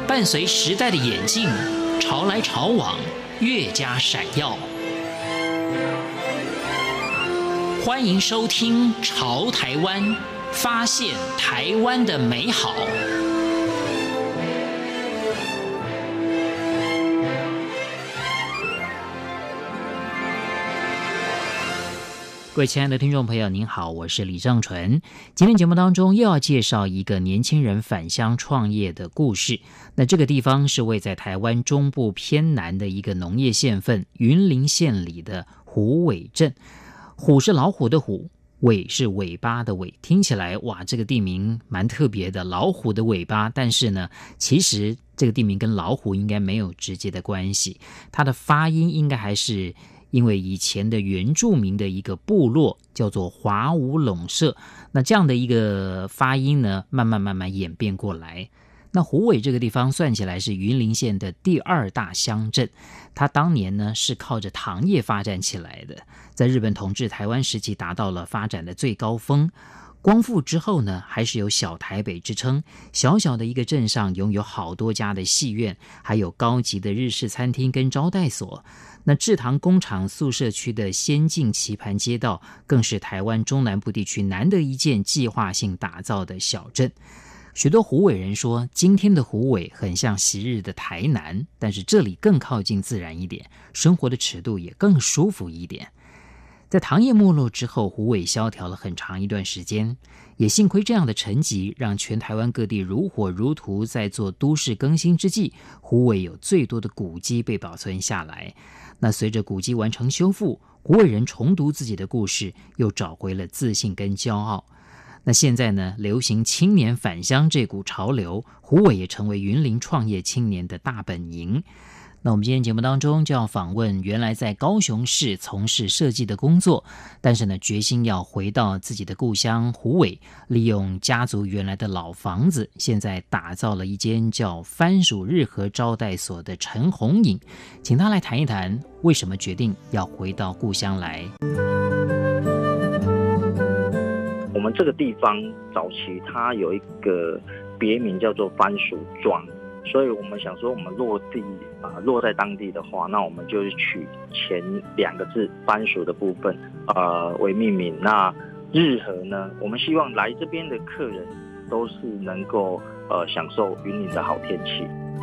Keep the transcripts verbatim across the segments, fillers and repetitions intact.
伴随时代的演进，潮来潮往，越加闪耀。欢迎收听《潮台湾》，发现台湾的美好。各位亲爱的听众朋友您好，我是李正纯。今天节目当中又要介绍一个年轻人返乡创业的故事。那这个地方是位在台湾中部偏南的一个农业县份云林县里的虎尾镇。虎是老虎的虎，尾是尾巴的尾，听起来哇，这个地名蛮特别的，老虎的尾巴。但是呢，其实这个地名跟老虎应该没有直接的关系，它的发音应该还是因为以前的原住民的一个部落叫做华武陇社，那这样的一个发音呢，慢慢慢慢演变过来。那虎尾这个地方算起来是云林县的第二大乡镇，它当年呢是靠着糖业发展起来的，在日本统治台湾时期达到了发展的最高峰。光复之后呢，还是有小台北之称，小小的一个镇上拥有好多家的戏院，还有高级的日式餐厅跟招待所。那制糖工厂宿舍区的先进棋盘街道，更是台湾中南部地区难得一见计划性打造的小镇。许多虎尾人说，今天的虎尾很像昔日的台南，但是这里更靠近自然一点，生活的尺度也更舒服一点。在糖业没落之后，虎尾萧条了很长一段时间，也幸亏这样的沉寂，让全台湾各地如火如荼在做都市更新之际，虎尾有最多的古迹被保存下来。那随着古迹完成修复，虎尾人重读自己的故事，又找回了自信跟骄傲。那现在呢，流行青年返乡这股潮流，虎尾也成为云林创业青年的大本营。那我们今天节目当中就要访问原来在高雄市从事设计的工作，但是呢决心要回到自己的故乡虎尾，利用家族原来的老房子，现在打造了一间叫番薯日和招待所的陈宏颖，请他来谈一谈为什么决定要回到故乡来。 我们这个地方早期它有一个别名叫做番薯庄，所以我们想说我们落地啊、呃，落在当地的话，那我们就是取前两个字番薯的部分呃为命名。那日和呢，我们希望来这边的客人都是能够呃享受云林的好天气。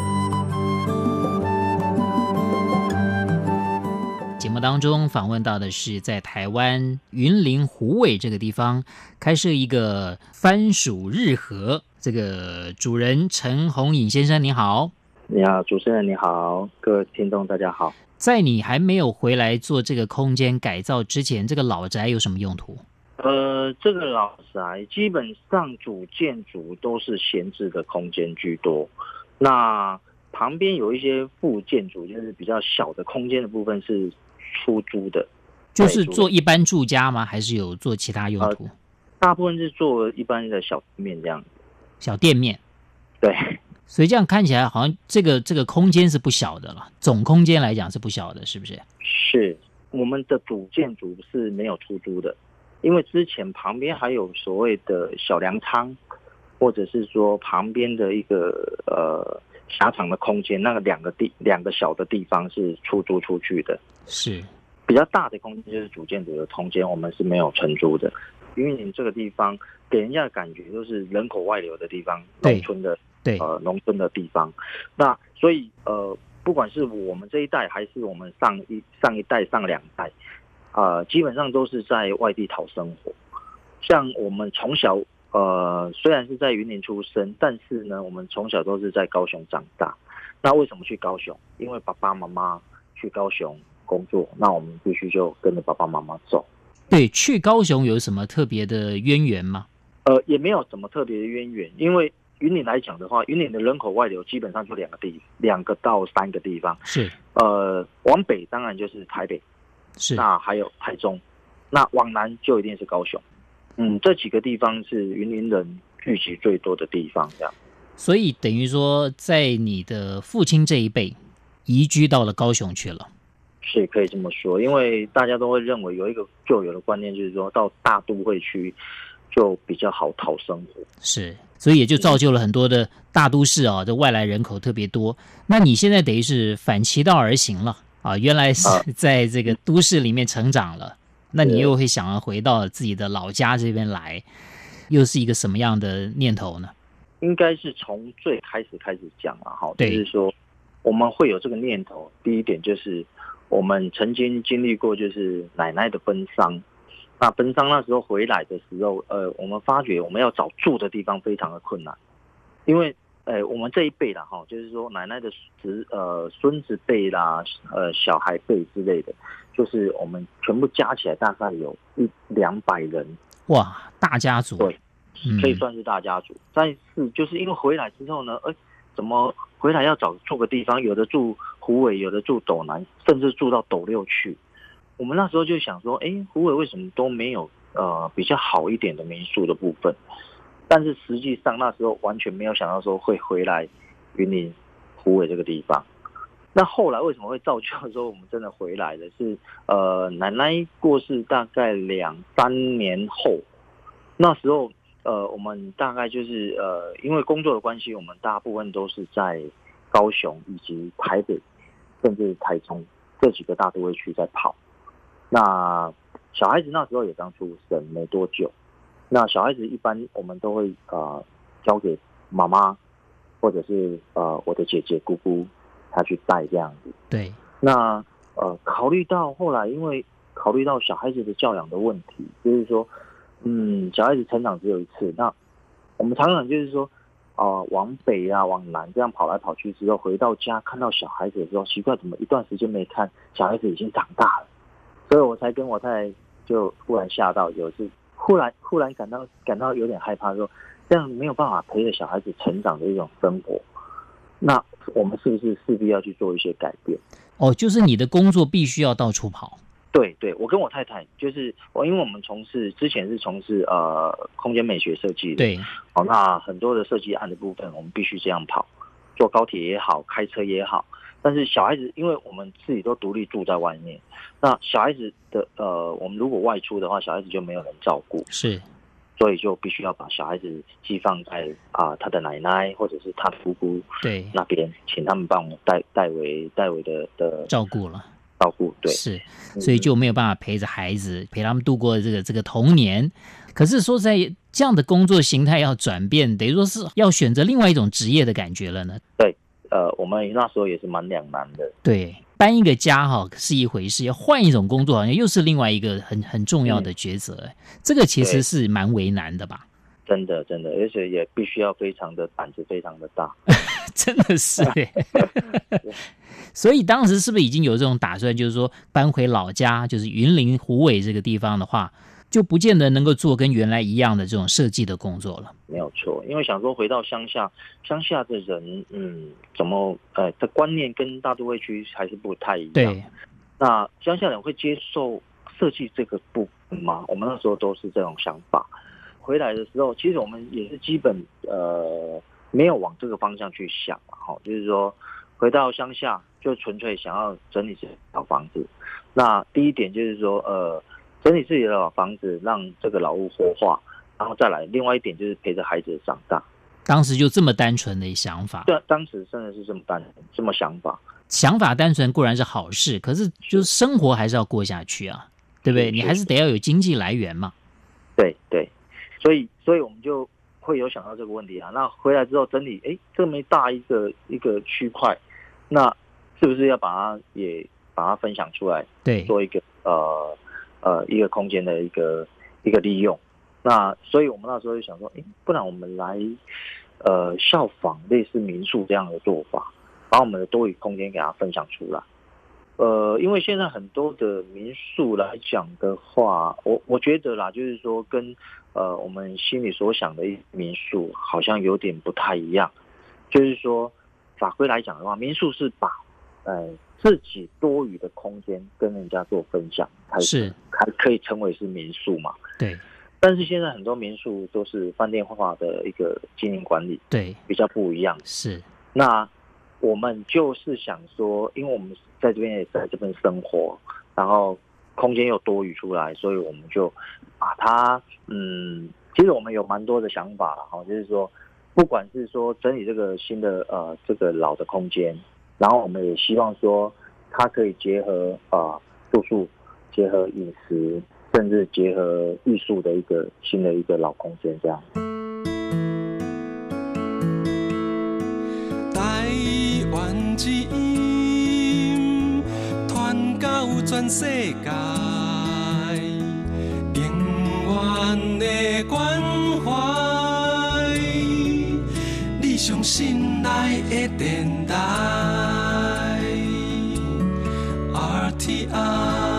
节目当中访问到的是在台湾云林虎尾这个地方开设一个番薯日和，这个主人陈宏颖先生你好。 你好，主持人你好，各位听众大家好。 在你还没有回来做这个空间改造之前，这个老宅有什么用途？ 呃，这个老宅基本上主建筑都是闲置的空间居多，那旁边有一些副建筑，就是比较小的空间的部分是出租的。 就是做一般住家吗？还是有做其他用途？ 呃、大部分是做一般的小店面这样。 小店面， 对。 所以这样看起来好像这个这个空间是不小的了，总空间来讲是不小的，是不是？ 是，我们的主建筑是没有出租的，因为之前旁边还有所谓的小粮仓，或者是说旁边的一个呃狭长的空间，那个两个地两个小的地方是出租出去的。是，比较大的空间就是主建筑的空间，我们是没有承租的。云林这个地方给人家的感觉就是人口外流的地方，农村的对呃农村的地方。那所以呃不管是我们这一代还是我们上一上一代上两代，呃基本上都是在外地讨生活。像我们从小呃虽然是在云林出生，但是呢我们从小都是在高雄长大。那为什么去高雄？因为爸爸妈妈去高雄工作，那我们必须就跟着爸爸妈妈走。 对，去高雄有什么特别的渊源吗？ 呃，也没有什么特别的渊源，因为云林来讲的话，云林的人口外流基本上就两个地，两个到三个地方。是，呃，往北当然就是台北，是，那还有台中，那往南就一定是高雄。嗯，这几个地方是云林人聚集最多的地方，这样。 所以等于说，在你的父亲这一辈移居到了高雄去了。 是可以这么说，因为大家都会认为有一个旧有的观念，就是说到大都会区就比较好讨生活。 是，所以也就造就了很多的大都市啊，这外来人口特别多。那你现在等于是反其道而行了啊，原来是在这个都市里面成长了，那你又会想要回到自己的老家这边来，又是一个什么样的念头呢？ 应该是从最开始开始讲了哈，就是说我们会有这个念头。第一点就是我们曾经经历过，就是奶奶的奔丧。那奔丧那时候回来的时候，呃，我们发觉我们要找住的地方非常的困难，因为呃我们这一辈啦哈，就是说奶奶的侄呃孙子辈啦，呃小孩辈之类的，就是我们全部加起来大概有一两百人。 哇，大家族。 对。可以算是大家族。再是就是因为回来之后呢，哎，怎么回来要找住个地方？有的住虎尾，有的住斗南，甚至住到斗六去。我们那时候就想说，哎，虎尾为什么都没有呃比较好一点的民宿的部分？但是实际上那时候完全没有想到说会回来云林虎尾这个地方。那后来为什么会造就说我们真的回来的是，呃，奶奶过世大概两三年后，那时候。呃，我们大概就是呃，因为工作的关系，我们大部分都是在高雄以及台北，甚至台中这几个大都会区在跑。那小孩子那时候也刚出生没多久，那小孩子一般我们都会呃交给妈妈或者是呃我的姐姐姑姑她去带这样子。 对。 那呃，考虑到后来，因为考虑到小孩子的教养的问题，就是说。嗯，小孩子成长只有一次。那我们常常就是说，啊、呃，往北啊，往南这样跑来跑去之后，回到家看到小孩子的时候，奇怪，怎么一段时间没看，小孩子已经长大了。所以我才跟我太太就忽然吓到，有次忽然忽然感到感到有点害怕，说这样没有办法陪着小孩子成长的一种生活。那我们是不是势必要去做一些改变？ 哦，就是你的工作必须要到处跑。 对对，我跟我太太就是我，因为我们从事之前是从事呃空间美学设计的， 对， 好、哦，那很多的设计案的部分，我们必须这样跑，坐高铁也好，开车也好。但是小孩子，因为我们自己都独立住在外面，那小孩子的呃，我们如果外出的话，小孩子就没有人照顾， 是， 所以就必须要把小孩子寄放在啊、呃、他的奶奶或者是他姑姑对那边，请他们帮我们代代为代为的的照顾了。 照顾对， 是，所以就没有办法陪着孩子，陪他们度过这个这个童年。可是说在这样的工作形态要转变，等于说是要选择另外一种职业的感觉了呢。 对，呃，我们那时候也是蛮两难的。 对，搬一个家哈是一回事，要换一种工作，好像又是另外一个很很重要的抉择、嗯。这个其实是蛮为难的吧？ 真的，真的，而且也必须要非常的胆子非常的大。 真的是耶所以当时是不是已经有这种打算，就是说搬回老家，就是云林虎尾这个地方的话，就不见得能够做跟原来一样的这种设计的工作了？ 没有错，因为想说回到乡下，乡下的人，嗯，怎么呃的观念跟大都会区还是不太一样。 对， 那乡下人会接受设计这个部分吗？我们那时候都是这种想法。回来的时候，其实我们也是基本呃没有往这个方向去想嘛，哈，就是说回到乡下就纯粹想要整理自己的老房子。那第一点就是说，呃，整理自己的老房子，让这个老屋活化，然后再来另外一点就是陪着孩子长大。 当时就这么单纯的想法？ 对，当时真的是这么单纯，这么想法。 想法单纯固然是好事，可是就是生活还是要过下去啊，对不对？你还是得要有经济来源嘛。 对对。所以，所以我们就会有想到这个问题啊。那回来之后整理，哎，这么大一个一个区块，那是不是要把它也把它分享出来？ 对， 做一个呃呃一个空间的一个一个利用。那所以我们那时候就想说，哎，不然我们来呃效仿类似民宿这样的做法，把我们的多余空间给它分享出来。呃，因为现在很多的民宿来讲的话，我我觉得啦，就是说跟呃我们心里所想的民宿好像有点不太一样。就是说法规来讲的话，民宿是把呃自己多余的空间跟人家做分享，才是还可以称为是民宿嘛。 对。 但是现在很多民宿都是饭店化的一个经营管理， 对， 比较不一样。 是。 那我们就是想说，因为我们在这边也在这边生活，然后空间又多余出来，所以我们就把它嗯其实我们有蛮多的想法啦，哈，就是说，不管是说整理这个新的呃这个老的空间，然后我们也希望说它可以结合啊、呃、住宿，结合饮食，甚至结合艺术的一个新的一个老空间这样。 台湾之音传到全世界，永远的关怀，你上心爱的电台 R T I。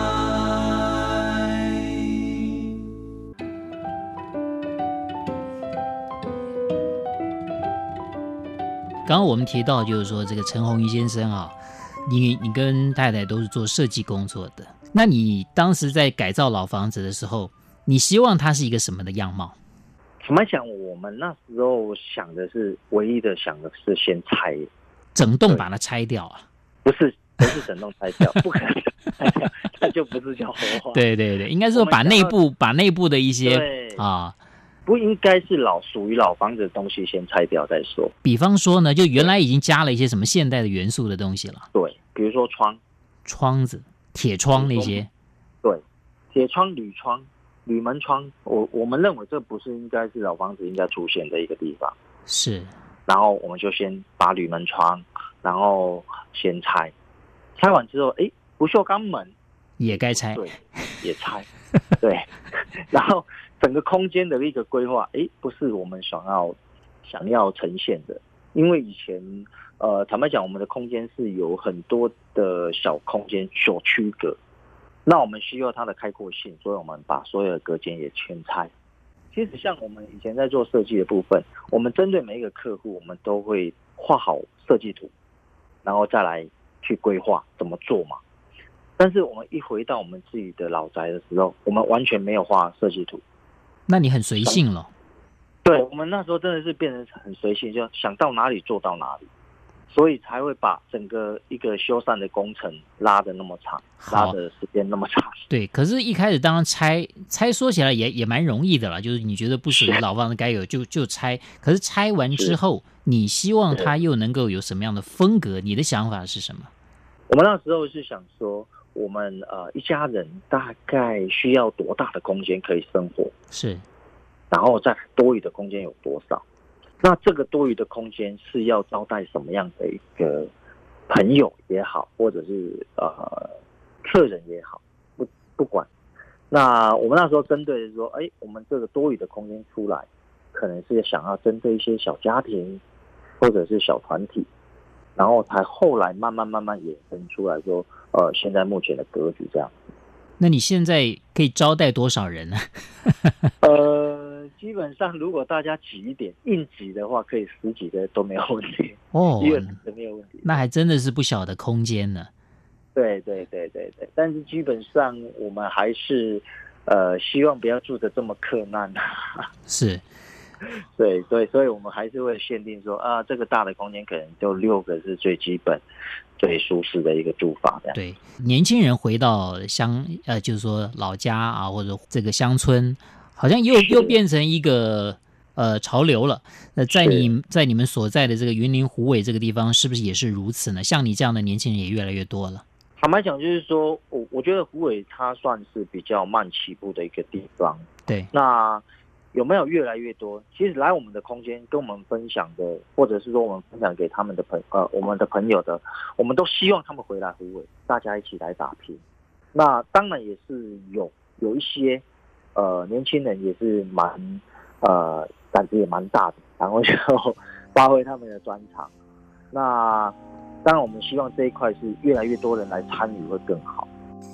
刚刚我们提到，就是说这个陈鸿仪先生啊，你你跟太太都是做设计工作的，那你当时在改造老房子的时候，你希望它是一个什么的样貌？ 怎么讲？我们那时候想的是，唯一的想的是先拆， 整栋把它拆掉啊？ 不是，不是整栋拆掉，不可能拆掉，那就不是叫活化。 对对对，应该是说把内部把内部的一些啊。 不应该是老属于老房子的东西先拆掉再说。 比方说呢，就原来已经加了一些什么现代的元素的东西了。 对，比如说窗、 窗子、铁窗那些。 对，铁窗、铝窗、铝门窗，我我们认为这不是应该是老房子应该出现的一个地方。 是。 然后我们就先把铝门窗，然后先拆，拆完之后，哎，不锈钢门也该拆。 对，也拆。对，然后。整个空间的一个规划，哎，不是我们想要想要呈现的，因为以前，呃，坦白讲，我们的空间是有很多的小空间所区隔，那我们需要它的开阔性，所以我们把所有的隔间也全拆。其实像我们以前在做设计的部分，我们针对每一个客户，我们都会画好设计图，然后再来去规划怎么做嘛。但是我们一回到我们自己的老宅的时候，我们完全没有画设计图。 那你很随性了。 对，我们那时候真的是变成很随性，就想到哪里做到哪里，所以才会把整个一个修缮的工程拉得那么长，拉的时间那么长。 对，可是一开始当然拆拆说起来也也蛮容易的啦，就是你觉得不属于老房子该有就就拆，可是拆完之后，你希望它又能够有什么样的风格？你的想法是什么？ 我们那时候是想说。我们呃一家人大概需要多大的空间可以生活？是，然后在多余的空间有多少？那这个多余的空间是要招待什么样的一个朋友也好，或者是呃客人也好，不不管。那我们那时候针对说，哎，我们这个多余的空间出来，可能是想要针对一些小家庭或者是小团体，然后才后来慢慢慢慢衍生出来说。呃，现在目前的格局这样。 那你现在可以招待多少人呢？ 呃，基本上如果大家挤一点，硬挤的话，可以十几个都没有问题。 哦， 一个人都没有问题。 那还真的是不小的空间呢。 对对对对对，但是基本上我们还是呃希望不要住得这么克难。 是。 对对，所以我们还是会限定说啊，这个大的空间可能就六个是最基本、最舒适的一个住法这样。 对，年轻人回到乡呃，就是说老家啊，或者这个乡村，好像又又变成一个呃潮流了。那在你在你们所在的这个云林虎尾这个地方，是不是也是如此呢？像你这样的年轻人也越来越多了。 坦白讲，就是说我我觉得虎尾它算是比较慢起步的一个地方。 对， 那。有没有越来越多？其实来我们的空间跟我们分享的，或者是说我们分享给他们的朋呃我们的朋友的，我们都希望他们回来虎尾，大家一起来打拼。那当然也是有有一些呃年轻人也是蛮呃胆子也蛮大的，然后就发挥他们的专长。那当然我们希望这一块是越来越多人来参与会更好。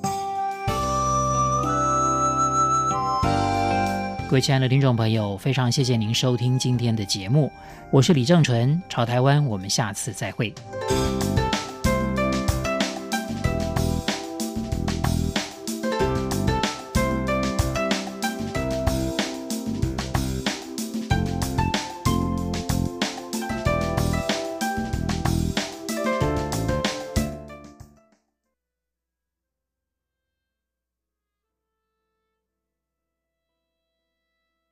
各位亲爱的听众朋友，非常谢谢您收听今天的节目，我是李正纯，朝台湾，我们下次再会。